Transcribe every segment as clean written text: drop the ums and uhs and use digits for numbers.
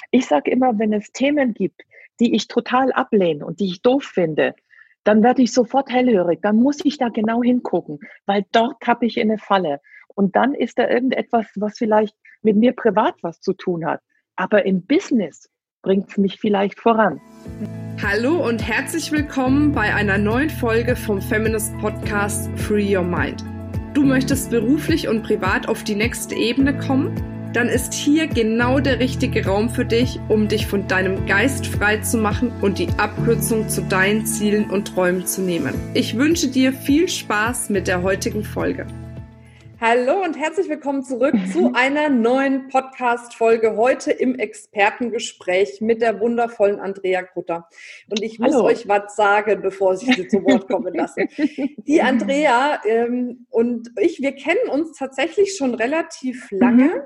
Ich sage immer, wenn es Themen gibt, die ich total ablehne und die ich doof finde, dann werde ich sofort hellhörig. Dann muss ich da genau hingucken, weil dort tappe ich in eine Falle. Und dann ist da irgendetwas, was vielleicht mit mir privat was zu tun hat. Aber im Business bringt es mich vielleicht voran. Hallo und herzlich willkommen bei einer neuen Folge vom Feminist Podcast Free Your Mind. Du möchtest beruflich und privat auf die nächste Ebene kommen? Dann ist hier genau der richtige Raum für dich, um dich von deinem Geist frei zu machen und die Abkürzung zu deinen Zielen und Träumen zu nehmen. Ich wünsche dir viel Spaß mit der heutigen Folge. Hallo und herzlich willkommen zurück zu einer neuen Podcast-Folge, heute im Expertengespräch mit der wundervollen Andrea Grutter. Und ich muss euch was sagen, bevor ich sie zu Wort kommen lasse. Die Andrea und ich, wir kennen uns tatsächlich schon relativ lange.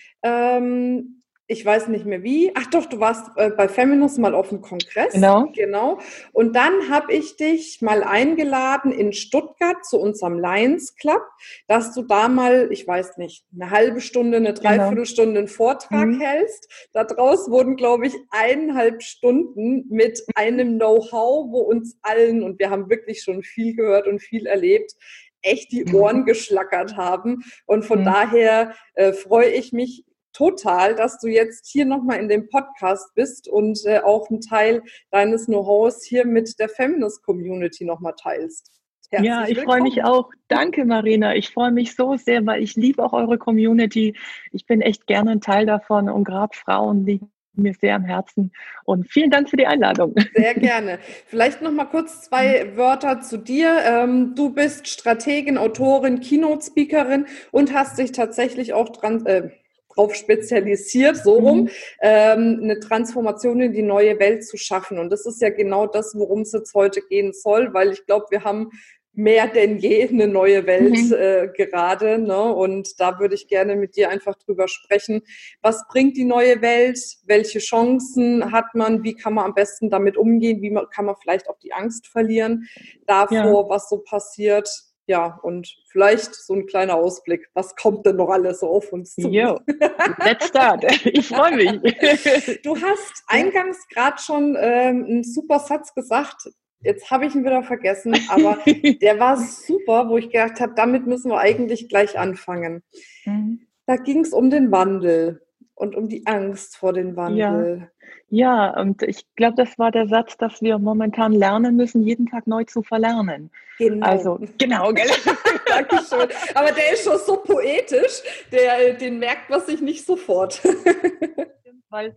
Ich weiß nicht mehr wie. Ach doch, du warst bei Feminist mal auf dem Kongress. Genau. Und dann habe ich dich mal eingeladen in Stuttgart zu unserem Lions Club, dass du da mal, ich weiß nicht, eine halbe Stunde, eine Dreiviertelstunde einen Vortrag hältst. Daraus wurden, glaube ich, 1,5 Stunden mit einem Know-how, wo uns allen, und wir haben wirklich schon viel gehört und viel erlebt, echt die Ohren geschlackert haben. Und von daher freue ich mich total, dass du jetzt hier nochmal in dem Podcast bist und auch einen Teil deines Know-hows hier mit der Feminist-Community nochmal teilst. Ja, ich freue mich auch. Danke, Marina. Ich freue mich so sehr, weil ich liebe auch eure Community. Ich bin echt gerne ein Teil davon und gerade Frauen liegen mir sehr am Herzen. Und vielen Dank für die Einladung. Sehr gerne. Vielleicht noch mal kurz 2 Wörter zu dir. Du bist Strategin, Autorin, Keynote-Speakerin und hast dich tatsächlich auch drauf spezialisiert, so rum, eine Transformation in die neue Welt zu schaffen. Und das ist ja genau das, worum es jetzt heute gehen soll, weil ich glaube, wir haben mehr denn je eine neue Welt gerade, ne? Und da würde ich gerne mit dir einfach drüber sprechen. Was bringt die neue Welt? Welche Chancen hat man? Wie kann man am besten damit umgehen? Kann man vielleicht auch die Angst verlieren davor, was so passiert? Ja, und vielleicht so ein kleiner Ausblick. Was kommt denn noch alles so auf uns zu? Yo, let's start. Ich freue mich. Du hast eingangs gerade schon einen super Satz gesagt. Jetzt habe ich ihn wieder vergessen, aber der war super, wo ich gedacht habe, damit müssen wir eigentlich gleich anfangen. Da ging es um den Wandel und um die Angst vor dem Wandel. Ja, und ich glaube, das war der Satz, dass wir momentan lernen müssen, jeden Tag neu zu verlernen. Genau. Also, genau, gell? Dankeschön. Aber der ist schon so poetisch, den merkt man sich nicht sofort. Weil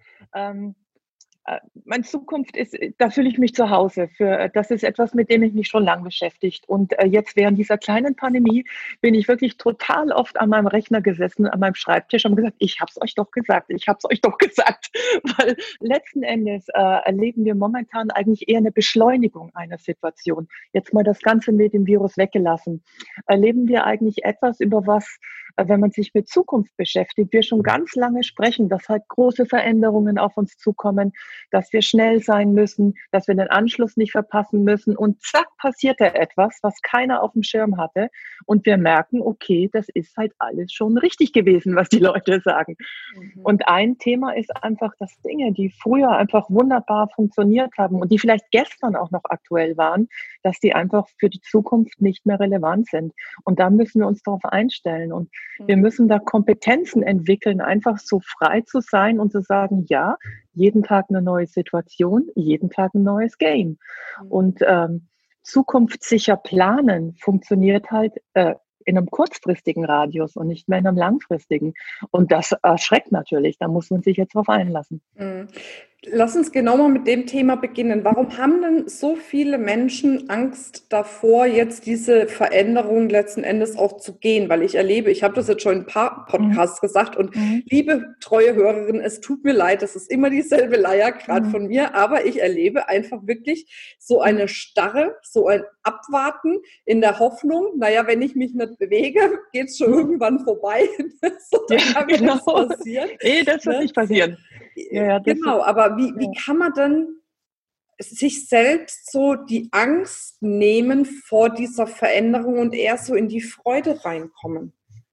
meine Zukunft ist, da fühle ich mich zu Hause. Das ist etwas, mit dem ich mich schon lange beschäftigt. Und jetzt während dieser kleinen Pandemie bin ich wirklich total oft an meinem Rechner gesessen, an meinem Schreibtisch und gesagt, ich habe es euch doch gesagt, ich habe es euch doch gesagt. Weil letzten Endes erleben wir momentan eigentlich eher eine Beschleunigung einer Situation. Jetzt mal das Ganze mit dem Virus weggelassen. Erleben wir eigentlich etwas, über was, wenn man sich mit Zukunft beschäftigt, wir schon ganz lange sprechen, dass halt große Veränderungen auf uns zukommen, dass wir schnell sein müssen, dass wir den Anschluss nicht verpassen müssen und zack, passierte etwas, was keiner auf dem Schirm hatte und wir merken, okay, das ist halt alles schon richtig gewesen, was die Leute sagen. Und ein Thema ist einfach, dass Dinge, die früher einfach wunderbar funktioniert haben und die vielleicht gestern auch noch aktuell waren, dass die einfach für die Zukunft nicht mehr relevant sind. Und da müssen wir uns darauf einstellen und wir müssen da Kompetenzen entwickeln, einfach so frei zu sein und zu sagen, ja, jeden Tag eine neue Situation, jeden Tag ein neues Game. Und zukunftssicher planen funktioniert halt in einem kurzfristigen Radius und nicht mehr in einem langfristigen. Und das erschreckt natürlich, da muss man sich jetzt drauf einlassen. Lass uns genau mal mit dem Thema beginnen. Warum haben denn so viele Menschen Angst davor, jetzt diese Veränderung letzten Endes auch zu gehen? Weil ich erlebe, ich habe das jetzt schon in ein paar Podcasts gesagt und liebe treue Hörerin, es tut mir leid, das ist immer dieselbe Leier, gerade von mir, aber ich erlebe einfach wirklich so eine Starre, so ein Abwarten in der Hoffnung, naja, wenn ich mich nicht bewege, geht es schon irgendwann vorbei. So, dann kann mir nichts passieren. Das wird nicht passieren. Ja, genau, aber wie kann man denn sich selbst so die Angst nehmen vor dieser Veränderung und eher so in die Freude reinkommen?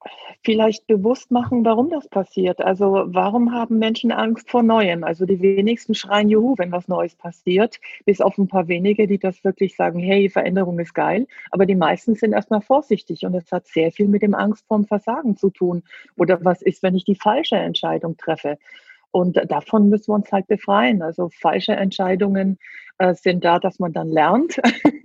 Vielleicht bewusst machen, warum das passiert. Also, warum haben Menschen Angst vor Neuem? Also, die wenigsten schreien Juhu, wenn was Neues passiert, bis auf ein paar wenige, die das wirklich sagen: „Hey, Veränderung ist geil.“ Aber die meisten sind erst mal vorsichtig und es hat sehr viel mit dem Angst vorm Versagen zu tun. Oder was ist, wenn ich die falsche Entscheidung treffe? Und davon müssen wir uns halt befreien. Also, falsche Entscheidungen, sind da, dass man dann lernt.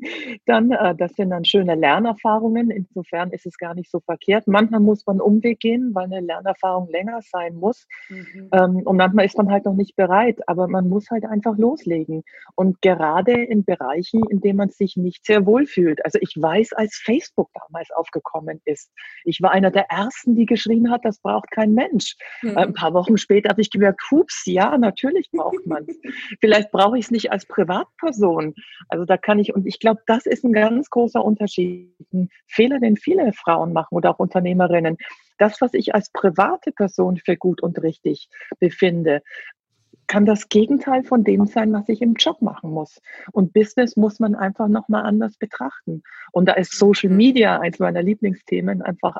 Das sind dann schöne Lernerfahrungen. Insofern ist es gar nicht so verkehrt. Manchmal muss man 'n Umweg gehen, weil eine Lernerfahrung länger sein muss. Mhm. Und manchmal ist man halt noch nicht bereit, aber man muss halt einfach loslegen. Und gerade in Bereichen, in denen man sich nicht sehr wohl fühlt. Also, ich weiß, als Facebook damals aufgekommen ist, ich war einer der Ersten, die geschrien hat: „Das braucht kein Mensch.“ 'N Mhm. paar Wochen später habe ich gemerkt: „Hups, ja, natürlich braucht man's. Vielleicht brauche ich's nicht als Privatperson.“ Also, da kann ich und ich glaube, das ist 'n ganz großer Unterschied, 'n Fehler, den viele Frauen machen oder auch Unternehmerinnen. Das, was ich als private Person für gut und richtig befinde, kann das Gegenteil von dem sein, was ich im Job machen muss. Und Business muss man einfach noch mal anders betrachten. Und da ist Social Mhm. Media eins meiner Lieblingsthemen, einfach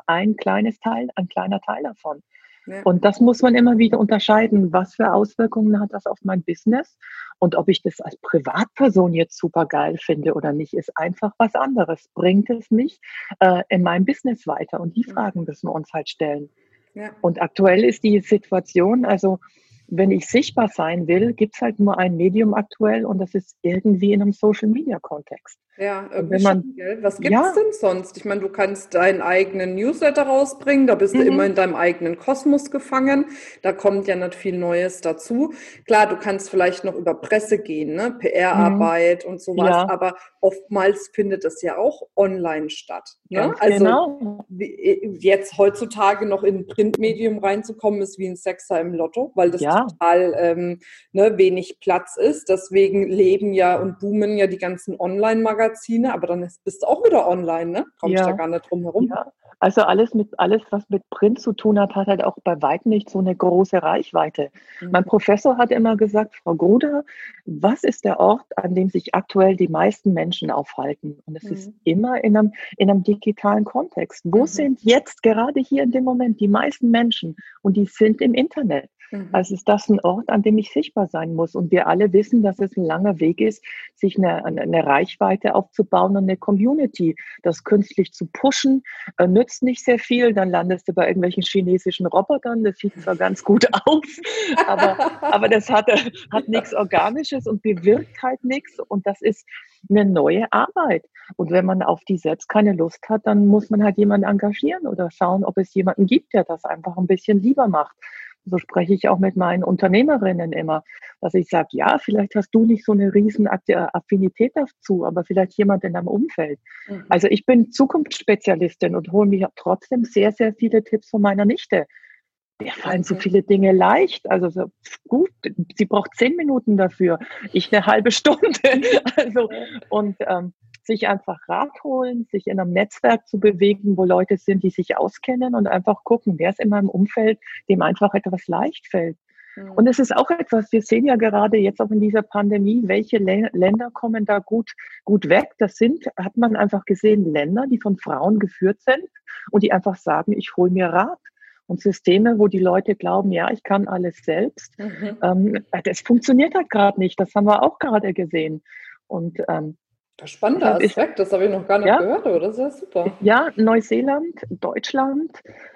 ein kleiner Teil davon. Ja. Und das muss man immer wieder unterscheiden. Was für Auswirkungen hat das auf mein Business? Und ob ich das als Privatperson jetzt super geil finde oder nicht, ist einfach was anderes. Bringt es mich, in meinem Business weiter? Und die Mhm. Fragen müssen wir uns halt stellen. Ja. Und aktuell ist die Situation, also wenn ich sichtbar sein will, gibt's halt nur ein Medium aktuell und das ist irgendwie in einem Social-Media-Kontext. Ja, Und irgendwie wenn man schon, gell? Was gibt's ja, denn sonst? Ich meine, du kannst deinen eigenen Newsletter rausbringen, da bist du immer mhm, in deinem eigenen Kosmos gefangen. Da kommt ja nicht viel Neues dazu. Klar, du kannst vielleicht noch über Presse gehen, ne? mhm, PR-Arbeit und sowas, ja, aber oftmals findet es ja auch online statt, ne? ganz Also genau. jetzt heutzutage noch in 'n Printmedium reinzukommen, ist wie ein Sechser im Lotto, weil das Ja, total, ne, wenig Platz ist. Deswegen leben ja und boomen ja die ganzen Online-Magazine, aber dann bist du auch wieder online, ne? Kommst da ja. gar nicht drum herum. Ja, also alles, was mit Print zu tun hat, hat halt auch bei weitem nicht so 'ne große Reichweite. Mein Mhm. Professor hat immer gesagt: „Frau Gruder, was ist der Ort, an dem sich aktuell die meisten Menschen aufhalten?“ Und es ist Mhm. immer in 'nem digitalen Kontext. Wo Mhm. sind jetzt gerade hier in dem Moment die meisten Menschen? Und die sind im Internet. Mhm. Also ist das 'n Ort, an dem ich sichtbar sein muss. Und wir alle wissen, dass es 'n langer Weg ist, sich 'ne Reichweite aufzubauen und 'ne Community. Das künstlich zu pushen, nützt nicht sehr viel. Dann landest du bei irgendwelchen chinesischen Robotern. Das sieht zwar ganz gut aus, aber das hat nichts Organisches und bewirkt halt nichts. Und das ist eine neue Arbeit. Und wenn man auf die selbst keine Lust hat, dann muss man halt jemanden engagieren oder schauen, ob es jemanden gibt, der das einfach ein bisschen lieber macht. So spreche ich auch mit meinen Unternehmerinnen immer, dass ich sage: „Ja, vielleicht hast du nicht so eine riesen Affinität dazu, aber vielleicht jemand in deinem Umfeld.“ Mhm. Also, ich bin Zukunftsspezialistin und hole mir trotzdem sehr, sehr viele Tipps von meiner Nichte. Der fallen so Mhm. viele Dinge leicht. Also, so gut, sie braucht 10 Minuten dafür, ich eine halbe Stunde. Also, und, sich einfach Rat holen, sich in einem Netzwerk zu bewegen, wo Leute sind, die sich auskennen und einfach gucken, wer ist in meinem Umfeld, dem einfach etwas leicht fällt. Und Mhm. es ist auch etwas, wir sehen ja gerade jetzt auch in dieser Pandemie, welche Länder kommen da gut weg. Das sind, hat man einfach gesehen, Länder, die von Frauen geführt sind und die einfach sagen: „Ich hole mir Rat.“ Und Systeme, wo die Leute glauben: „Ja, ich kann alles selbst“, Mhm. das funktioniert halt grad nicht. Das haben wir auch gerade gesehen. Und, Spannender deshalb ist Aspekt, das habe ich noch gar nicht ja, gehört, aber das ist ja super. ja, Neuseeland, Deutschland,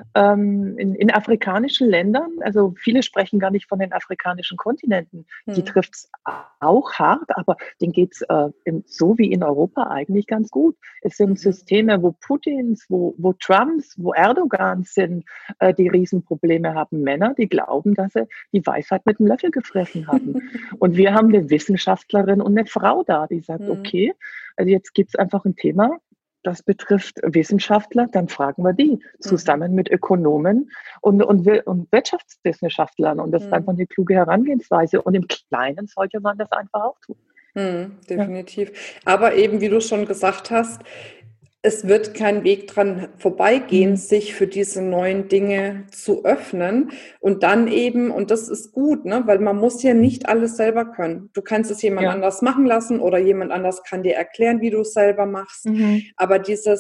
in afrikanischen Ländern, also viele sprechen gar nicht von den afrikanischen Kontinenten. Die Mhm. trifft's auch hart, aber denen geht's, so wie in Europa eigentlich ganz gut. Es sind Mhm. Systeme, wo Putins, wo Trumps, wo Erdogans sind, die Riesenprobleme haben. Männer, die glauben, dass sie die Weisheit mit dem Löffel gefressen haben. Und wir haben eine Wissenschaftlerin und eine Frau da, die sagt: Mhm. „Okay, also jetzt gibt's einfach ein Thema, das betrifft Wissenschaftler, dann fragen wir die Mhm. zusammen mit Ökonomen und Wirtschaftswissenschaftlern. Und das ist einfach Mhm. eine kluge Herangehensweise. Und im Kleinen sollte man das einfach auch tun. Mhm, Ja, definitiv. Aber eben, wie du schon gesagt hast, es wird kein Weg dran vorbeigehen, mhm. sich für diese neuen Dinge zu öffnen und dann eben, und das ist gut, ne, weil man muss ja nicht alles selber können. Du kannst es jemand Ja, anders machen lassen oder jemand anders kann dir erklären, wie du es selber machst. mhm. Aber dieses,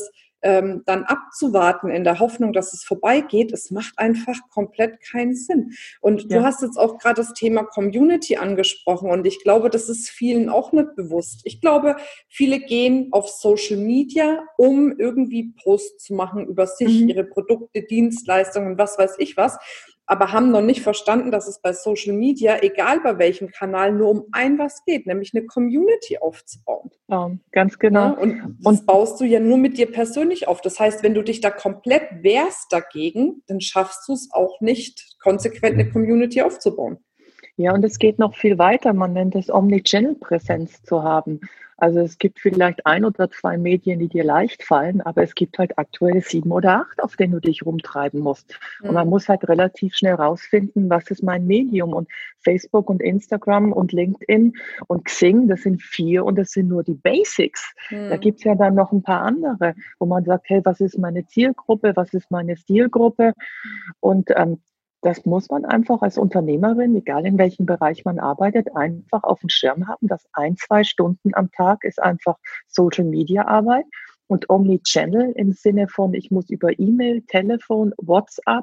dann abzuwarten in der Hoffnung, dass es vorbeigeht, es macht einfach komplett keinen Sinn. Und du hast jetzt auch gerade das Thema Community angesprochen und ich glaube, das ist vielen auch nicht bewusst. Ich glaube, viele gehen auf Social Media, um irgendwie Posts zu machen über sich, ihre Produkte, Dienstleistungen, was weiß ich was, aber haben noch nicht verstanden, dass es bei Social Media, egal bei welchem Kanal, nur um ein was geht, nämlich eine Community aufzubauen. Ja, ganz genau. Ja, und das baust du ja nur mit dir persönlich auf. Das heißt, wenn du dich da komplett wehrst dagegen, dann schaffst du es auch nicht, konsequent eine Community aufzubauen. Ja, und es geht noch viel weiter. Man nennt es Omnichannel-Präsenz zu haben. Also es gibt vielleicht 1 oder 2 Medien, die dir leicht fallen, aber es gibt halt aktuell 7 oder 8, auf denen du dich rumtreiben musst. Und man muss halt relativ schnell rausfinden, was ist mein Medium. Und Facebook und Instagram und LinkedIn und Xing, das sind 4 und das sind nur die Basics. Da gibt's ja dann noch ein paar andere, wo man sagt, hey, was ist meine Zielgruppe, was ist meine Stilgruppe? Und das muss man einfach als Unternehmerin, egal in welchem Bereich man arbeitet, einfach auf dem Schirm haben, dass 1, 2 Stunden am Tag ist einfach Social-Media-Arbeit und Omnichannel im Sinne von, ich muss über E-Mail, Telefon, WhatsApp,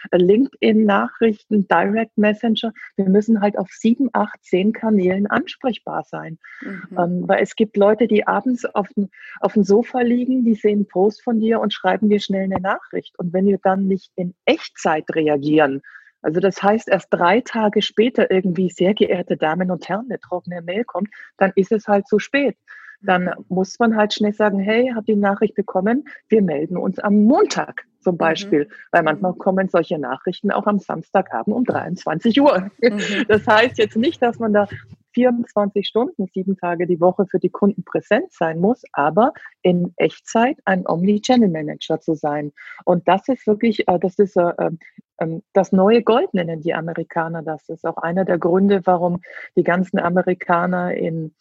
LinkedIn-Nachrichten, Direct Messenger, wir müssen halt auf 7, 8, 10 Kanälen ansprechbar sein. Weil es gibt Leute, die abends auf dem Sofa liegen, die sehen einen Post von dir und schreiben dir schnell eine Nachricht. Und wenn wir dann nicht in Echtzeit reagieren, also das heißt, erst 3 Tage später irgendwie, sehr geehrte Damen und Herren, eine trockene Mail kommt, dann ist es halt zu spät. Dann muss man halt schnell sagen, hey, hab die Nachricht bekommen, wir melden uns am Montag zum Beispiel. Weil manchmal kommen solche Nachrichten auch am Samstagabend um 23 Uhr. Das heißt jetzt nicht, dass man da 24 Stunden, 7 Tage die Woche für die Kunden präsent sein muss, aber in Echtzeit ein Omnichannel-Manager zu sein. Und das ist wirklich, das ist das neue Gold, nennen die Amerikaner das. Das ist auch einer der Gründe, warum die ganzen Amerikaner in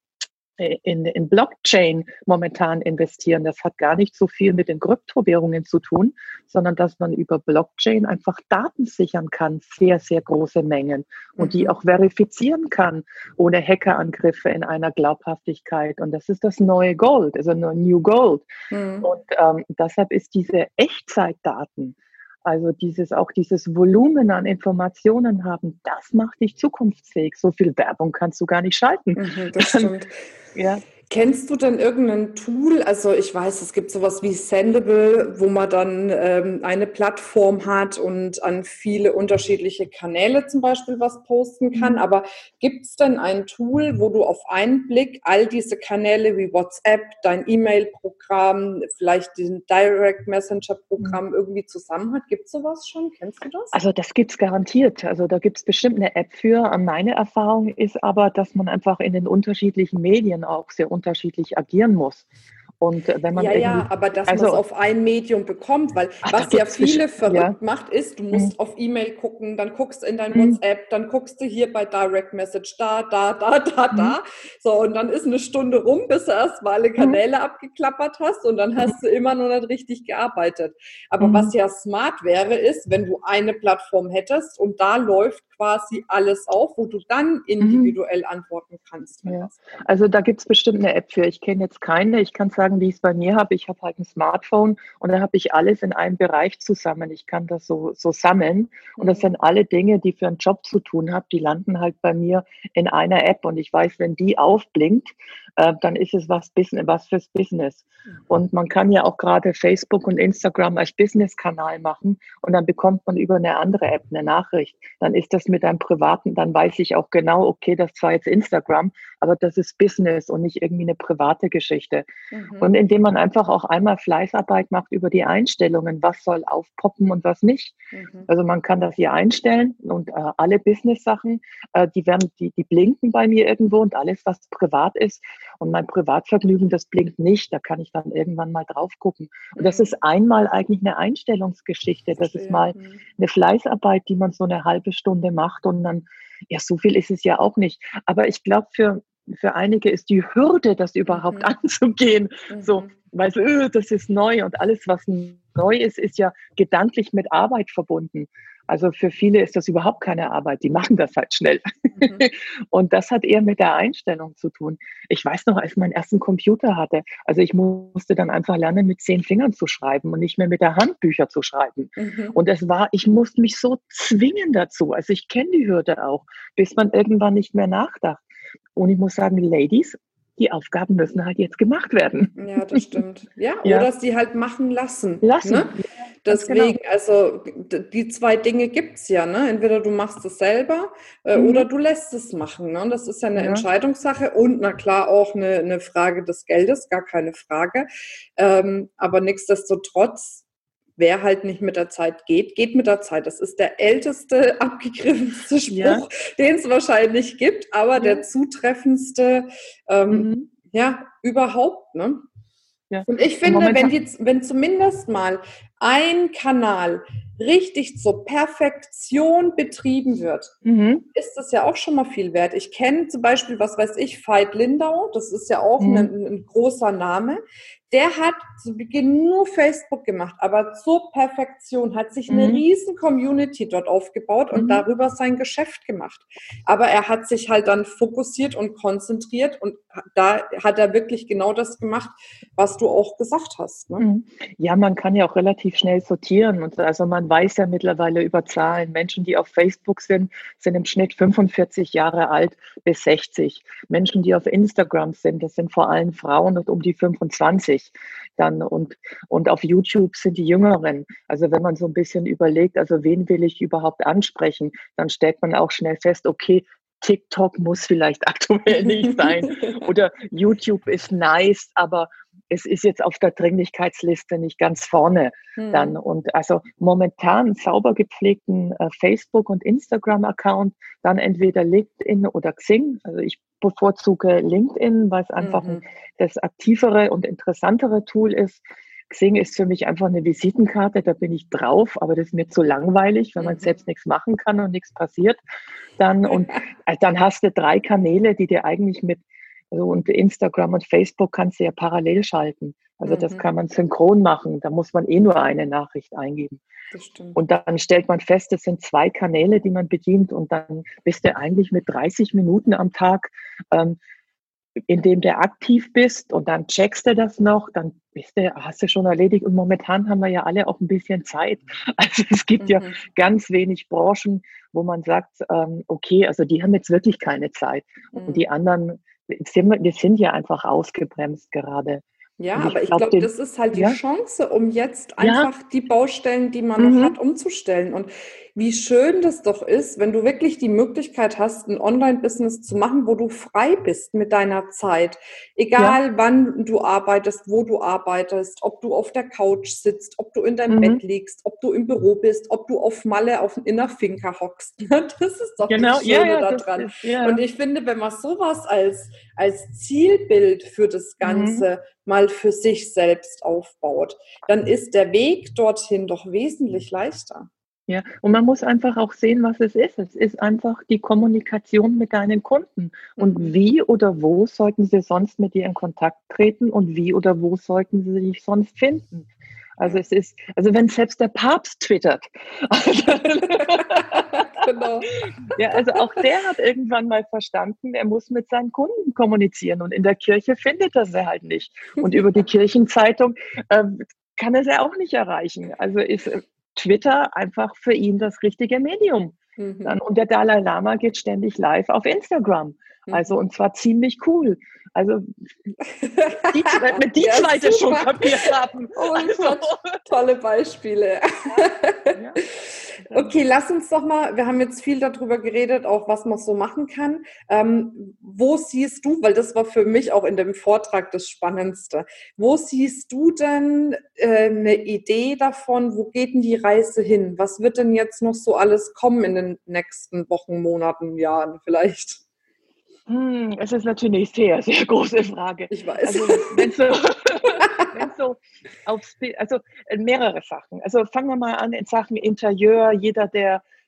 Blockchain momentan investieren. Das hat gar nicht so viel mit den Kryptowährungen zu tun, sondern dass man über Blockchain einfach Daten sichern kann, sehr, sehr große Mengen und die auch verifizieren kann, ohne Hackerangriffe in einer Glaubhaftigkeit. Und das ist das neue Gold, also New Gold. Und deshalb ist diese Echtzeitdaten, also dieses Volumen an Informationen haben, das macht dich zukunftsfähig. So viel Werbung kannst du gar nicht schalten. Das stimmt. Ja. Kennst du denn irgendein Tool? Also ich weiß, es gibt sowas wie Sendable, wo man dann eine Plattform hat und an viele unterschiedliche Kanäle zum Beispiel was posten kann. Aber gibt es denn ein Tool, wo du auf einen Blick all diese Kanäle wie WhatsApp, dein E-Mail-Programm, vielleicht den Direct Messenger-Programm irgendwie zusammen hat? Gibt es sowas schon? Kennst du das? Also das gibt's garantiert. Also da gibt's bestimmt eine App für. Meine Erfahrung ist aber, dass man einfach in den unterschiedlichen Medien auch sehr unterschiedlich agieren muss. Und wenn man aber dass man es auf ein Medium bekommt, weil was ja viele verrückt macht, ist, du musst auf E-Mail gucken, dann guckst du in dein WhatsApp, dann guckst du hier bei Direct Message da. So, und dann ist eine Stunde rum, bis du erstmal alle Kanäle abgeklappert hast und dann hast du immer noch nicht richtig gearbeitet. Aber was ja smart wäre, ist, wenn du eine Plattform hättest und da läuft quasi alles auf, wo du dann individuell antworten kannst. Ja. Also da gibt es bestimmt eine App für. Ich kenne jetzt keine. Ich kann sagen, wie ich es bei mir habe. Ich habe halt ein Smartphone und da habe ich alles in einem Bereich zusammen. Ich kann das so sammeln. Und das sind alle Dinge, die für einen Job zu tun haben, die landen halt bei mir in einer App. Und ich weiß, wenn die aufblinkt, dann ist es was fürs Business. Und man kann ja auch gerade Facebook und Instagram als Business-Kanal machen und dann bekommt man über eine andere App eine Nachricht. Dann ist das mit einem privaten, dann weiß ich auch genau, okay, das war jetzt Instagram, aber das ist Business und nicht irgendwie eine private Geschichte. Und indem man einfach auch einmal Fleißarbeit macht über die Einstellungen, was soll aufpoppen und was nicht. Also man kann das hier einstellen und alle Business-Sachen, die blinken bei mir irgendwo und alles, was privat ist und mein Privatvergnügen, das blinkt nicht. Da kann ich dann irgendwann mal drauf gucken. Und das ist einmal eigentlich eine Einstellungsgeschichte. Das ist mal eine Fleißarbeit, die man so eine halbe Stunde macht und dann, ja, so viel ist es ja auch nicht. Aber ich glaube, für einige ist die Hürde, das überhaupt anzugehen, so, weil das ist neu und alles, was neu ist, ist ja gedanklich mit Arbeit verbunden. Also für viele ist das überhaupt keine Arbeit, die machen das halt schnell. Mhm. Und das hat eher mit der Einstellung zu tun. Ich weiß noch, als ich meinen ersten Computer hatte, also ich musste dann einfach lernen, mit 10 Fingern zu schreiben und nicht mehr mit der Hand Bücher zu schreiben. Mhm. Und ich musste mich so zwingen dazu. Also ich kenne die Hürde auch, bis man irgendwann nicht mehr nachdacht. Und ich muss sagen, Ladies, die Aufgaben müssen halt jetzt gemacht werden. Ja, das stimmt. Ja, Ja, oder sie halt machen lassen. Ne? lassen. Ja, ganz genau. Deswegen, also die zwei Dinge gibt es ja. Ne? Entweder du machst es selber oder Mhm. du lässt es machen. Ne? Das ist ja eine Ja, Entscheidungssache und na klar auch eine Frage des Geldes, gar keine Frage. Aber nichtsdestotrotz, wer halt nicht mit der Zeit geht, geht mit der Zeit. Das ist der älteste, abgegriffenste ja, Spruch, den es wahrscheinlich gibt, aber der ja. zutreffendste, Mhm. ja, überhaupt, ne? Ja. Und ich Und finde, momentan, wenn zumindest mal ein Kanal richtig zur Perfektion betrieben wird, mhm. ist das ja auch schon mal viel wert. Ich kenne zum Beispiel, was weiß ich, Veit Lindau, das ist ja auch Mhm. ein großer Name. Der hat zu Beginn nur Facebook gemacht, aber zur Perfektion, hat sich eine Mhm. riesen Community dort aufgebaut und Mhm. darüber sein Geschäft gemacht. Aber er hat sich halt dann fokussiert und konzentriert und da hat er wirklich genau das gemacht, was du auch gesagt hast. Ne? Mhm. Ja, man kann ja auch relativ schnell sortieren. Und also man weiß ja mittlerweile über Zahlen. Menschen, die auf Facebook sind im Schnitt 45 Jahre alt bis 60. Menschen, die auf Instagram sind, das sind vor allem Frauen und um die 25 dann. Und auf YouTube sind die Jüngeren. Also wenn man so ein bisschen überlegt, also wen will ich überhaupt ansprechen, dann stellt man auch schnell fest, okay, TikTok muss vielleicht aktuell nicht sein oder YouTube ist nice, aber es ist jetzt auf der Dringlichkeitsliste nicht ganz vorne dann. Hm. Und also momentan sauber gepflegten Facebook- und Instagram-Account, dann entweder LinkedIn oder Xing. Also ich bevorzuge LinkedIn, weil es einfach Mhm. das aktivere und interessantere Tool ist. Xing ist für mich einfach eine Visitenkarte, da bin ich drauf, aber das ist mir zu langweilig, wenn man Mhm. selbst nichts machen kann und nichts passiert dann. Und dann hast du 3 Kanäle, die dir eigentlich also und Instagram und Facebook kannst du ja parallel schalten. Also das Mhm. kann man synchron machen. Da muss man eh nur eine Nachricht eingeben. Das stimmt. Und dann stellt man fest, es sind 2 Kanäle, die man bedient. Und dann bist du eigentlich mit 30 Minuten am Tag, in dem du aktiv bist und dann checkst du das noch, dann hast du schon erledigt. Und momentan haben wir ja alle auch ein bisschen Zeit. Also es gibt ja Mhm. ganz wenig Branchen, wo man sagt, okay, also die haben jetzt wirklich keine Zeit. Und die Mhm. anderen, wir sind ja einfach ausgebremst gerade. Ja, Und ich aber ich glaube, glaube, das ist halt die ja, Chance, um jetzt ja, einfach die Baustellen, die man noch hat, mhm, umzustellen. Und wie schön das doch ist, wenn du wirklich die Möglichkeit hast, ein Online-Business zu machen, wo du frei bist mit deiner Zeit. ja, Egal wann du arbeitest, wo du arbeitest, ob du auf der Couch sitzt, ob du in deinem mhm, Bett liegst, ob du im Büro bist, ob du auf Malle in der Finca hockst. Das ist doch genau, das ja, Schöne ja, das daran. ist, ja, Und ich finde, wenn man sowas als Zielbild für das mhm. Ganze mal für sich selbst aufbaut, dann ist der Weg dorthin doch wesentlich leichter. Ja, und man muss einfach auch sehen, was es ist. Es ist einfach die Kommunikation mit deinen Kunden. Und Mhm. wie oder wo sollten sie sonst mit dir in Kontakt treten und wie oder wo sollten sie dich sonst finden? Also Ja. es ist, also wenn selbst der Papst twittert, Genau. ja, also auch der hat irgendwann mal verstanden, er muss mit seinen Kunden kommunizieren und in der Kirche findet er sie halt nicht. Und über die Kirchenzeitung kann er sie auch nicht erreichen. Also ist Twitter einfach für ihn das richtige Medium. Dann, Mhm. und der Dalai Lama geht ständig live auf Instagram. Also Mhm. und zwar ziemlich cool. Also wenn die Ja, zwei das schon super. kapiert haben. Oh Also Gott, tolle Beispiele. ja, dann, Okay, lass uns doch mal, wir haben jetzt viel darüber geredet, auch was man so machen kann. Wo siehst du, weil das war für mich auch in dem Vortrag das Spannendste, wo siehst du denn eine Idee davon, wo geht denn die Reise hin? Was wird denn jetzt noch so alles kommen in den nächsten Wochen, Monaten, Jahren vielleicht? es ist natürlich eine sehr, sehr große Frage. Ich weiß. Also wenn so, wenn so also mehrere Sachen. Also fangen wir mal an in Sachen Interieur. Jeder, der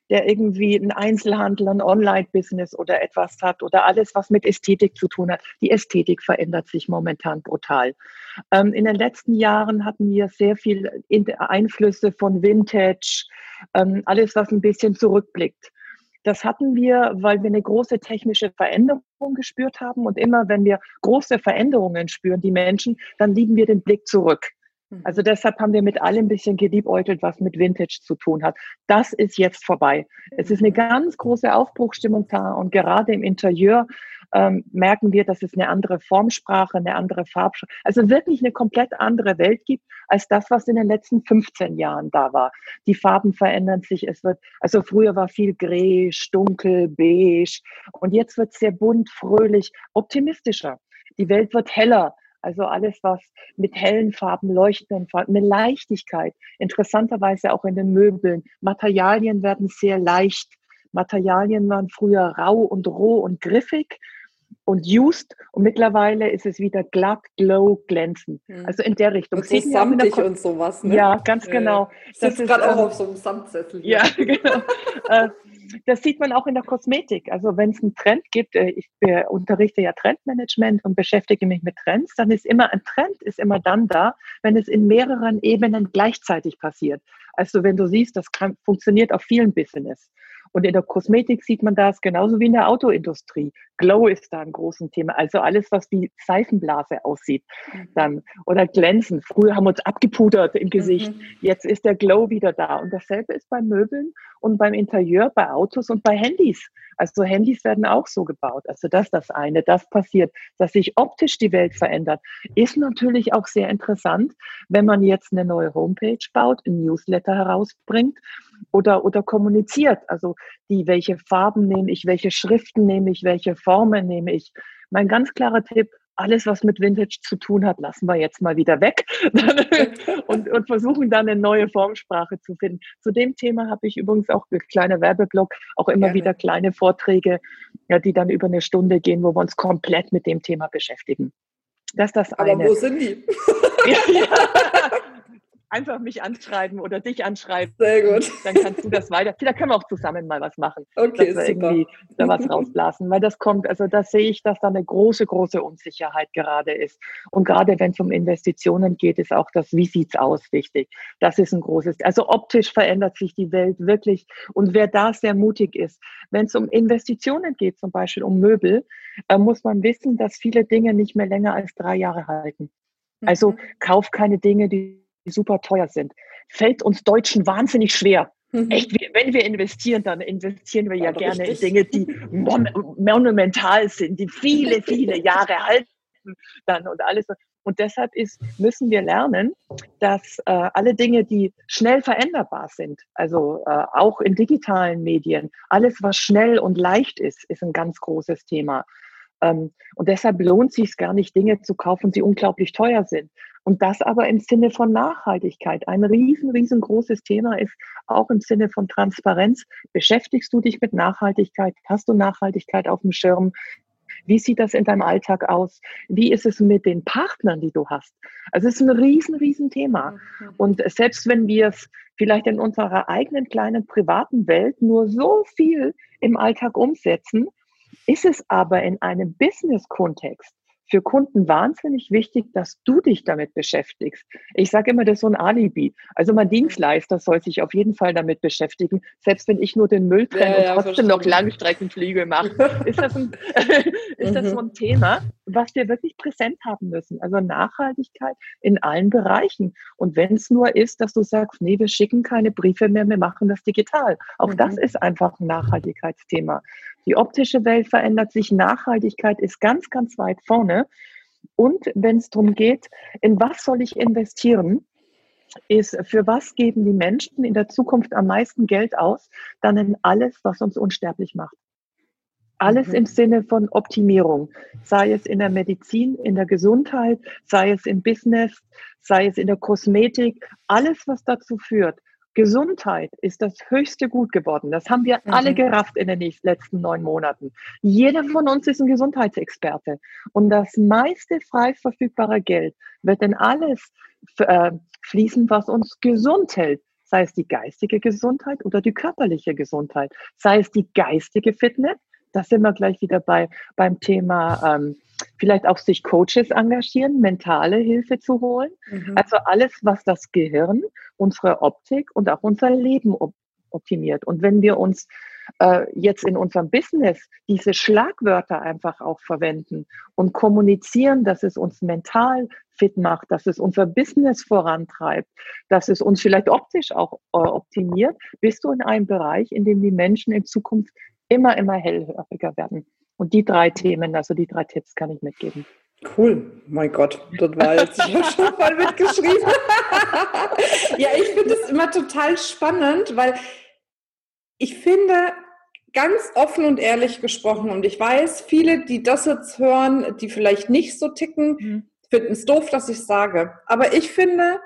der irgendwie einen Einzelhandel, ein Online-Business oder etwas hat oder alles, was mit Ästhetik zu tun hat. Die Ästhetik verändert sich momentan brutal. In den letzten Jahren hatten wir sehr viel Einflüsse von Vintage, alles, was ein bisschen zurückblickt. Das hatten wir, weil wir eine große technische Veränderung gespürt haben. Und immer, wenn wir große Veränderungen spüren, die Menschen, dann lieben wir den Blick zurück. Also deshalb haben wir mit allem ein bisschen geliebäugelt, was mit Vintage zu tun hat. Das ist jetzt vorbei. Es ist eine ganz große Aufbruchsstimmung da und gerade im Interieur merken wir, dass es eine andere Formsprache, eine andere Farbsprache, also wirklich eine komplett andere Welt gibt, als das, was in den letzten 15 Jahren da war. Die Farben verändern sich. Also früher war viel grey, dunkel, beige und jetzt wird es sehr bunt, fröhlich, optimistischer. Die Welt wird heller. Also alles, was mit hellen Farben, leuchtenden Farben, eine Leichtigkeit. Interessanterweise auch in den Möbeln. Materialien werden sehr leicht. Materialien waren früher rau und roh und griffig und used und mittlerweile ist es wieder glatt, glow, glänzend. Also in der Richtung. Und so samtig und sowas, ne? Ja, ganz genau. Ich sitze gerade auch auf so einem Samtsessel hier. Ja, genau. Das sieht man auch in der Kosmetik. Also wenn es einen Trend gibt, ich unterrichte ja Trendmanagement und beschäftige mich mit Trends, dann ist immer ein Trend, ist immer dann da, wenn es in mehreren Ebenen gleichzeitig passiert. Also wenn du siehst, das funktioniert auf vielen Business. Und in der Kosmetik sieht man das genauso wie in der Autoindustrie. Glow ist da ein großes Thema. Also alles, was wie Seifenblase aussieht, dann oder glänzen. Früher haben wir uns abgepudert im Gesicht. Jetzt ist der Glow wieder da. Und dasselbe ist bei Möbeln und beim Interieur, bei Autos und bei Handys. Also Handys werden auch so gebaut. Also das ist das eine, das passiert, dass sich optisch die Welt verändert, ist natürlich auch sehr interessant, wenn man jetzt eine neue Homepage baut, ein Newsletter herausbringt oder kommuniziert. Also welche Farben nehme ich, welche Schriften nehme ich, welche Formen nehme ich. Mein ganz klarer Tipp, alles, was mit Vintage zu tun hat, lassen wir jetzt mal wieder weg und versuchen dann eine neue Formsprache zu finden. Zu dem Thema habe ich übrigens auch ein kleiner Werbeblock, auch immer wieder kleine Vorträge, ja, die dann über eine Stunde gehen, wo wir uns komplett mit dem Thema beschäftigen. Das ist das eine. Aber wo sind die? Ja. Einfach mich anschreiben oder dich anschreiben. Sehr gut. Dann kannst du das weiter. Vielleicht können wir auch zusammen mal was machen. Okay, dass wir super. irgendwie da was rausblasen. Weil das kommt, also da sehe ich, dass da eine große, große Unsicherheit gerade ist. Und gerade wenn es um Investitionen geht, ist auch das, wie sieht's aus, wichtig. Das ist ein großes, also optisch verändert sich die Welt wirklich. Und wer da sehr mutig ist, wenn es um Investitionen geht, zum Beispiel um Möbel, muss man wissen, dass viele Dinge nicht mehr länger als 3 Jahre halten. Also kauf keine Dinge, die super teuer sind. Fällt uns Deutschen wahnsinnig schwer. Echt, wenn wir investieren, dann investieren wir ja gerne in Dinge, die monumental sind, die viele, viele Jahre halten dann und alles. Und deshalb müssen wir lernen, dass alle Dinge, die schnell veränderbar sind, also auch in digitalen Medien, alles, was schnell und leicht ist ein ganz großes Thema. Und deshalb lohnt es sich gar nicht, Dinge zu kaufen, die unglaublich teuer sind. Und das aber im Sinne von Nachhaltigkeit. Ein riesengroßes Thema ist auch im Sinne von Transparenz. Beschäftigst du dich mit Nachhaltigkeit? Hast du Nachhaltigkeit auf dem Schirm? Wie sieht das in deinem Alltag aus? Wie ist es mit den Partnern, die du hast? Also es ist ein riesen Thema. Und selbst wenn wir es vielleicht in unserer eigenen kleinen privaten Welt nur so viel im Alltag umsetzen, ist es aber in einem Business-Kontext für Kunden wahnsinnig wichtig, dass du dich damit beschäftigst. Ich sage immer, das ist so ein Alibi. Also mein Dienstleister soll sich auf jeden Fall damit beschäftigen, selbst wenn ich nur den Müll trenne und trotzdem noch Langstreckenflüge mache. Ist das so ein Thema, was wir wirklich präsent haben müssen? Also Nachhaltigkeit in allen Bereichen. Und wenn es nur ist, dass du sagst, nee, wir schicken keine Briefe mehr, wir machen das digital. Auch das ist einfach ein Nachhaltigkeitsthema. Die optische Welt verändert sich, Nachhaltigkeit ist ganz, ganz weit vorne. Und wenn es darum geht, in was soll ich investieren, ist, für was geben die Menschen in der Zukunft am meisten Geld aus, dann in alles, was uns unsterblich macht. Alles im Sinne von Optimierung, sei es in der Medizin, in der Gesundheit, sei es im Business, sei es in der Kosmetik, alles, was dazu führt. Gesundheit ist das höchste Gut geworden. Das haben wir alle gerafft in den letzten 9 Monaten. Jeder von uns ist ein Gesundheitsexperte. Und das meiste frei verfügbare Geld wird in alles fließen, was uns gesund hält. sei es die geistige Gesundheit oder die körperliche Gesundheit, sei es die geistige Fitness. Da sind wir gleich wieder beim Thema, vielleicht auch sich Coaches engagieren, mentale Hilfe zu holen. Also alles, was das Gehirn, unsere Optik und auch unser Leben optimiert. Und wenn wir uns jetzt in unserem Business diese Schlagwörter einfach auch verwenden und kommunizieren, dass es uns mental fit macht, dass es unser Business vorantreibt, dass es uns vielleicht optisch auch optimiert, bist du in einem Bereich, in dem die Menschen in Zukunft immer hellhöriger werden. Und die 3 Themen, also die 3 Tipps kann ich mitgeben. Cool, mein Gott, das war jetzt schon voll mitgeschrieben. Ja, ich finde es immer total spannend, weil ich finde, ganz offen und ehrlich gesprochen, und ich weiß, viele, die das jetzt hören, die vielleicht nicht so ticken, finden es doof, dass ich es sage. Aber ich finde,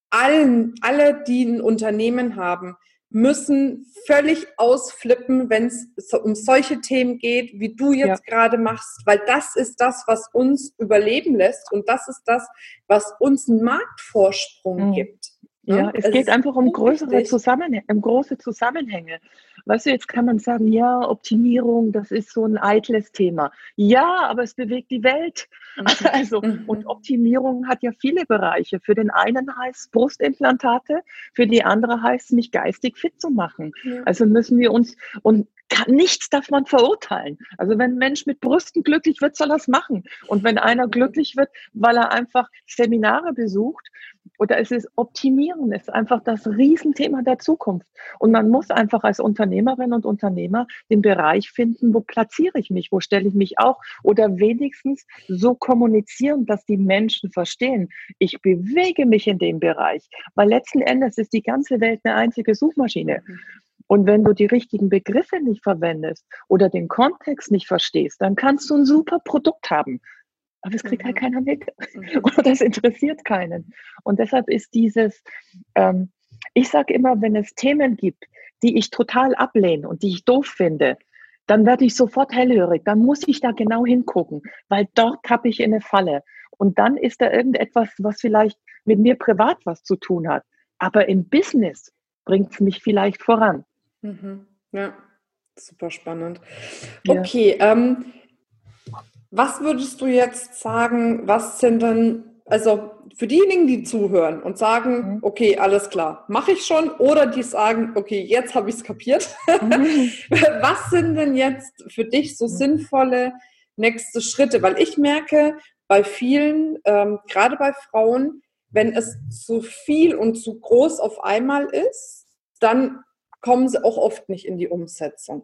alle, die ein Unternehmen haben, müssen völlig ausflippen, wenn es um solche Themen geht, wie du jetzt gerade machst, weil das ist das, was uns überleben lässt und das ist das, was uns einen Marktvorsprung gibt. Ja, es geht einfach um große Zusammenhänge. Weißt du, jetzt kann man sagen, ja, Optimierung, das ist so ein eitles Thema. Ja, aber es bewegt die Welt. Also, und Optimierung hat ja viele Bereiche. Für den einen heißt Brustimplantate, für die andere heißt es, mich geistig fit zu machen. Ja. Also müssen wir uns, und nichts darf man verurteilen. Also wenn ein Mensch mit Brüsten glücklich wird, soll er es machen. Und wenn einer glücklich wird, weil er einfach Seminare besucht, oder es ist Optimieren, ist einfach das Riesenthema der Zukunft. Und man muss einfach als Unternehmerin und Unternehmer den Bereich finden, wo platziere ich mich, wo stelle ich mich auch, oder wenigstens so kommunizieren, dass die Menschen verstehen, ich bewege mich in dem Bereich, weil letzten Endes ist die ganze Welt eine einzige Suchmaschine. Und wenn du die richtigen Begriffe nicht verwendest oder den Kontext nicht verstehst, dann kannst du ein super Produkt haben. Aber es kriegt halt keiner mit. Oder das interessiert keinen. Und deshalb ist dieses, ich sage immer, wenn es Themen gibt, die ich total ablehne und die ich doof finde, dann werde ich sofort hellhörig. Dann muss ich da genau hingucken, weil dort tappe ich in eine Falle. Und dann ist da irgendetwas, was vielleicht mit mir privat was zu tun hat. Aber im Business bringt es mich vielleicht voran. Ja, super spannend. Okay, was würdest du jetzt sagen, was sind denn, also für diejenigen, die zuhören und sagen, okay, alles klar, mache ich schon, oder die sagen, okay, jetzt habe ich es kapiert. Was sind denn jetzt für dich so sinnvolle nächste Schritte? Weil ich merke bei vielen, gerade bei Frauen, wenn es zu viel und zu groß auf einmal ist, dann kommen sie auch oft nicht in die Umsetzung.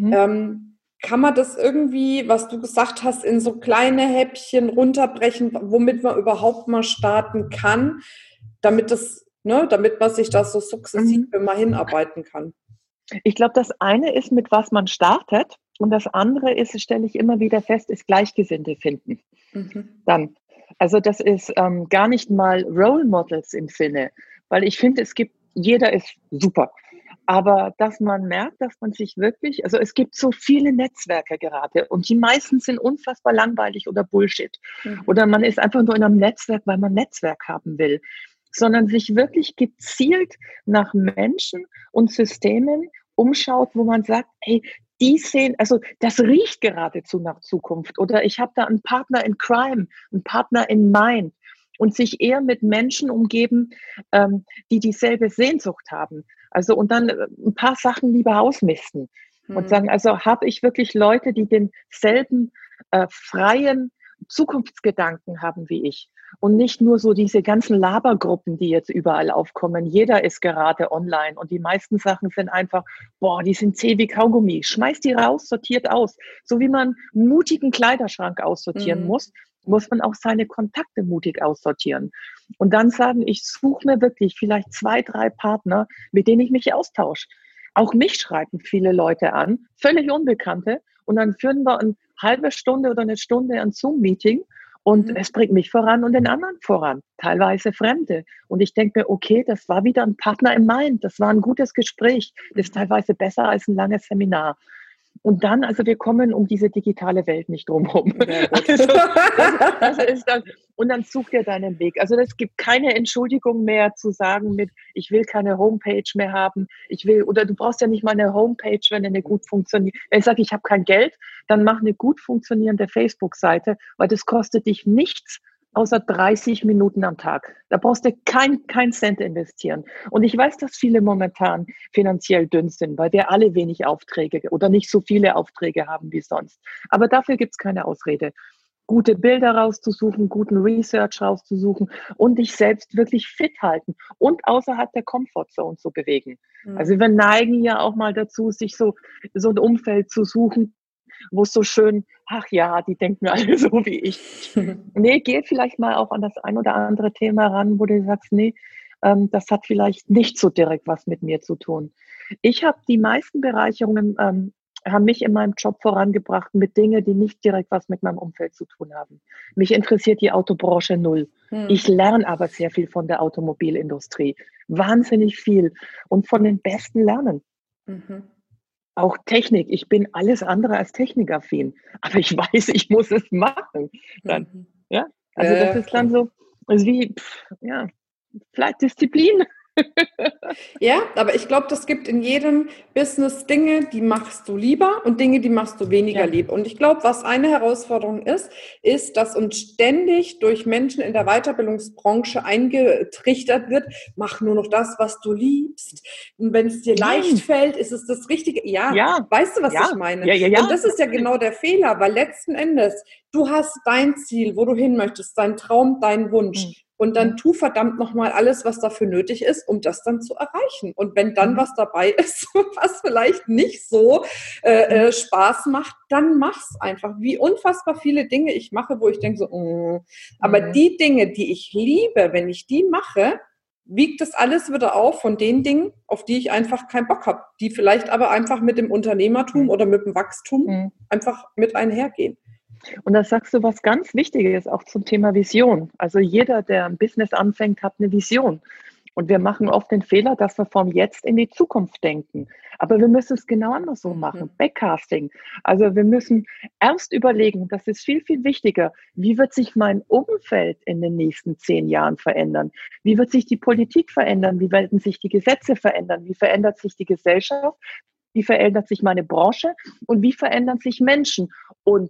Kann man das irgendwie, was du gesagt hast, in so kleine Häppchen runterbrechen, womit man überhaupt mal starten kann, damit man sich das so sukzessive mal hinarbeiten kann? Ich glaube, das eine ist, mit was man startet, und das andere ist, stelle ich immer wieder fest, ist Gleichgesinnte finden. Dann. Also das ist gar nicht mal Role Models im Sinne, weil ich finde, jeder ist super. Aber dass man merkt, dass man sich wirklich, also es gibt so viele Netzwerke gerade und die meisten sind unfassbar langweilig oder Bullshit. Oder man ist einfach nur in einem Netzwerk, weil man Netzwerk haben will. Sondern sich wirklich gezielt nach Menschen und Systemen umschaut, wo man sagt, hey, die sehen, also das riecht geradezu nach Zukunft. Oder ich habe da einen Partner in Crime, einen Partner in Mind. Und sich eher mit Menschen umgeben, die dieselbe Sehnsucht haben. Also und dann ein paar Sachen lieber ausmisten und sagen, also habe ich wirklich Leute, die denselben freien Zukunftsgedanken haben wie ich und nicht nur so diese ganzen Labergruppen, die jetzt überall aufkommen. Jeder ist gerade online und die meisten Sachen sind einfach, die sind zäh wie Kaugummi. Schmeißt die raus, sortiert aus. So wie man einen mutigen Kleiderschrank aussortieren muss man auch seine Kontakte mutig aussortieren. Und dann sagen, ich suche mir wirklich vielleicht 2, 3 Partner, mit denen ich mich austausche. Auch mich schreiben viele Leute an, völlig Unbekannte. Und dann führen wir eine halbe Stunde oder eine Stunde ein Zoom-Meeting und es bringt mich voran und den anderen voran, teilweise Fremde. Und ich denke mir, okay, das war wieder ein Partner im Mind, das war ein gutes Gespräch, das ist teilweise besser als ein langes Seminar. Und dann, also wir kommen um diese digitale Welt nicht drumherum. und dann such dir deinen Weg. Also es gibt keine Entschuldigung mehr zu sagen mit, ich will keine Homepage mehr haben, oder du brauchst ja nicht mal eine Homepage, wenn eine gut funktioniert. Wenn ich sage, ich habe kein Geld, dann mach eine gut funktionierende Facebook-Seite, weil das kostet dich nichts, außer 30 Minuten am Tag. Da brauchst du kein Cent investieren. Und ich weiß, dass viele momentan finanziell dünn sind, weil wir alle wenig Aufträge oder nicht so viele Aufträge haben wie sonst. Aber dafür gibt es keine Ausrede. Gute Bilder rauszusuchen, guten Research rauszusuchen und dich selbst wirklich fit halten und außerhalb der Comfortzone zu bewegen. Also wir neigen ja auch mal dazu, sich so ein Umfeld zu suchen, wo es so schön, ach ja, die denken alle so wie ich. Nee, geh vielleicht mal auch an das ein oder andere Thema ran, wo du sagst, nee, das hat vielleicht nicht so direkt was mit mir zu tun. Ich habe die meisten Bereicherungen, haben mich in meinem Job vorangebracht mit Dingen, die nicht direkt was mit meinem Umfeld zu tun haben. Mich interessiert die Autobranche null. Ich lerne aber sehr viel von der Automobilindustrie. Wahnsinnig viel. Und von den Besten lernen. Auch Technik. Ich bin alles andere als technikaffin. Aber ich weiß, ich muss es machen. Dann, ja, also das ist dann so, also wie, ja, vielleicht Disziplin. Ja, aber ich glaube, das gibt in jedem Business Dinge, die machst du lieber und Dinge, die machst du weniger lieber. Und ich glaube, was eine Herausforderung ist, dass uns ständig durch Menschen in der Weiterbildungsbranche eingetrichtert wird, mach nur noch das, was du liebst. Und wenn es dir leicht fällt, ist es das Richtige. Ja, weißt du, was ich meine? Ja. Und das ist ja genau der Fehler, weil letzten Endes, du hast dein Ziel, wo du hin möchtest, dein Traum, dein Wunsch. Und dann tu verdammt nochmal alles, was dafür nötig ist, um das dann zu erreichen. Und wenn dann was dabei ist, was vielleicht nicht so Spaß macht, dann mach's einfach. Wie unfassbar viele Dinge ich mache, wo ich denke so, aber die Dinge, die ich liebe, wenn ich die mache, wiegt das alles wieder auf von den Dingen, auf die ich einfach keinen Bock habe, die vielleicht aber einfach mit dem Unternehmertum oder mit dem Wachstum einfach mit einhergehen. Und da sagst du was ganz Wichtiges auch zum Thema Vision. Also jeder, der ein Business anfängt, hat eine Vision. Und wir machen oft den Fehler, dass wir vom Jetzt in die Zukunft denken. Aber wir müssen es genau andersrum machen. Backcasting. Also wir müssen erst überlegen, das ist viel, viel wichtiger. Wie wird sich mein Umfeld in den nächsten 10 Jahren verändern? Wie wird sich die Politik verändern? Wie werden sich die Gesetze verändern? Wie verändert sich die Gesellschaft? Wie verändert sich meine Branche? Und wie verändern sich Menschen? Und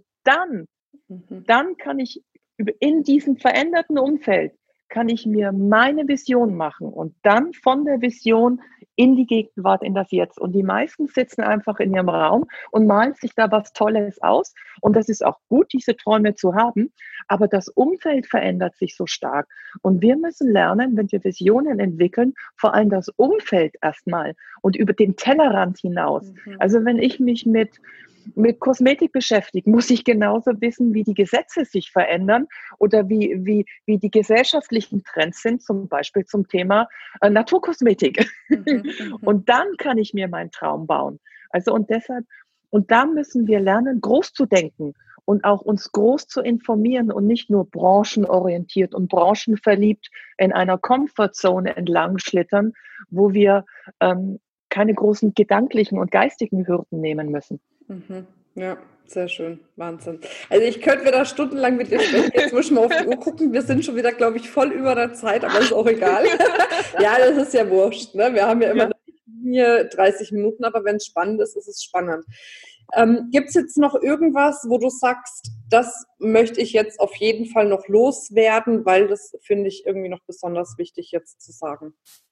dann kann ich in diesem veränderten Umfeld, kann ich mir meine Vision machen und dann von der Vision in die Gegenwart, in das Jetzt. Und die meisten sitzen einfach in ihrem Raum und malen sich da was Tolles aus. Und das ist auch gut, diese Träume zu haben. Aber das Umfeld verändert sich so stark. Und wir müssen lernen, wenn wir Visionen entwickeln, vor allem das Umfeld erstmal und über den Tellerrand hinaus. Also wenn ich mich mit Kosmetik beschäftige, muss ich genauso wissen, wie die Gesetze sich verändern oder wie die gesellschaftlichen Trends sind, zum Beispiel zum Thema Naturkosmetik. Und dann kann ich mir meinen Traum bauen. Also und da müssen wir lernen, groß zu denken und auch uns groß zu informieren und nicht nur branchenorientiert und branchenverliebt in einer Comfortzone entlang schlittern, wo wir keine großen gedanklichen und geistigen Hürden nehmen müssen. Ja, sehr schön. Wahnsinn. Also ich könnte wieder stundenlang mit dir sprechen. Jetzt muss ich mal auf die Uhr gucken. Wir sind schon wieder, glaube ich, voll über der Zeit, aber ist auch egal. Ja, das ist ja wurscht. Ne? Wir haben ja immer hier 30 Minuten, aber wenn es spannend ist, ist es spannend. Gibt es jetzt noch irgendwas, wo du sagst, das möchte ich jetzt auf jeden Fall noch loswerden, weil das finde ich irgendwie noch besonders wichtig jetzt zu sagen?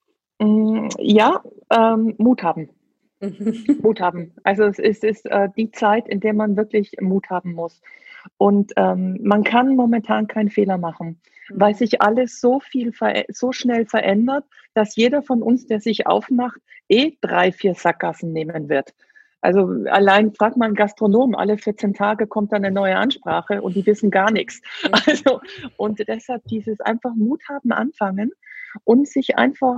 Ja, Mut haben. Mut haben. Also es ist die Zeit, in der man wirklich Mut haben muss. Und man kann momentan keinen Fehler machen, weil sich alles so schnell verändert, dass jeder von uns, der sich aufmacht, 3, 4 Sackgassen nehmen wird. Also allein fragt man einen Gastronomen, alle 14 Tage kommt dann eine neue Ansprache und die wissen gar nichts. Also, und deshalb dieses einfach Mut haben, anfangen und sich einfach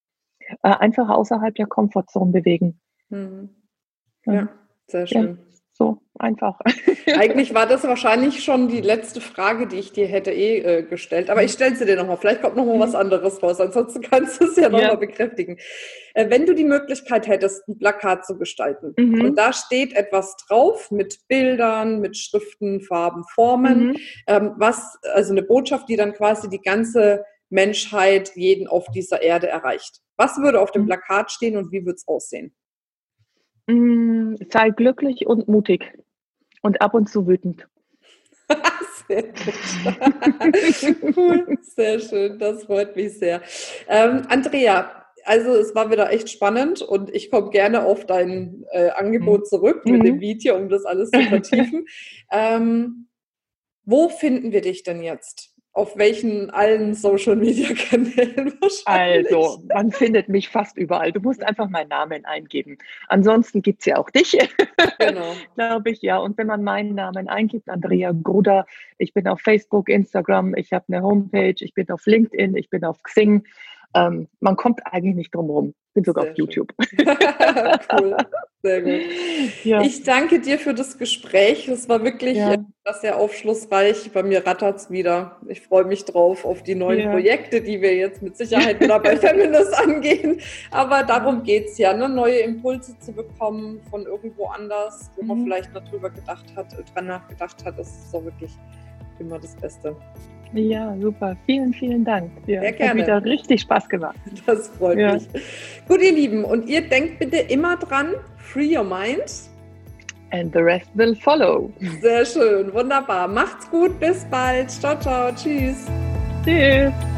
außerhalb der Komfortzone bewegen. Ja, sehr schön. So einfach. Eigentlich war das wahrscheinlich schon die letzte Frage, die ich dir hätte gestellt. Aber ich stelle sie dir nochmal. Vielleicht kommt nochmal was anderes raus. Ansonsten kannst du es ja nochmal bekräftigen. Wenn du die Möglichkeit hättest, ein Plakat zu gestalten und da steht etwas drauf mit Bildern, mit Schriften, Farben, Formen, also eine Botschaft, die dann quasi die ganze Menschheit, jeden auf dieser Erde erreicht. Was würde auf dem Plakat stehen und wie würde es aussehen? Sei glücklich und mutig und ab und zu wütend. Sehr gut. Cool, sehr schön, das freut mich sehr. Andrea, also es war wieder echt spannend und ich komme gerne auf dein Angebot zurück mit dem Video, um das alles zu vertiefen. Wo finden wir dich denn jetzt? Auf welchen allen Social-Media-Kanälen wahrscheinlich? Also, man findet mich fast überall. Du musst einfach meinen Namen eingeben. Ansonsten gibt es ja auch dich, genau. Glaube ich, ja. Und wenn man meinen Namen eingibt, Andrea Gruder, ich bin auf Facebook, Instagram, ich habe eine Homepage, ich bin auf LinkedIn, ich bin auf Xing. Man kommt eigentlich nicht drum rum. Ich bin sogar sehr auf YouTube. Cool, sehr gut. Ja. Ich danke dir für das Gespräch. Es war wirklich sehr aufschlussreich. Bei mir rattert es wieder. Ich freue mich drauf auf die neuen Projekte, die wir jetzt mit Sicherheit wieder bei Feminist angehen. Aber darum geht es ja, ne? Neue Impulse zu bekommen von irgendwo anders, wo man vielleicht noch dran nachgedacht hat. Das ist so wirklich immer das Beste. Ja, super. Vielen, vielen Dank. Ja, sehr gerne. Hat wieder richtig Spaß gemacht. Das freut mich. Gut, ihr Lieben. Und ihr denkt bitte immer dran, free your mind. And the rest will follow. Sehr schön. Wunderbar. Macht's gut. Bis bald. Ciao, ciao. Tschüss. Tschüss.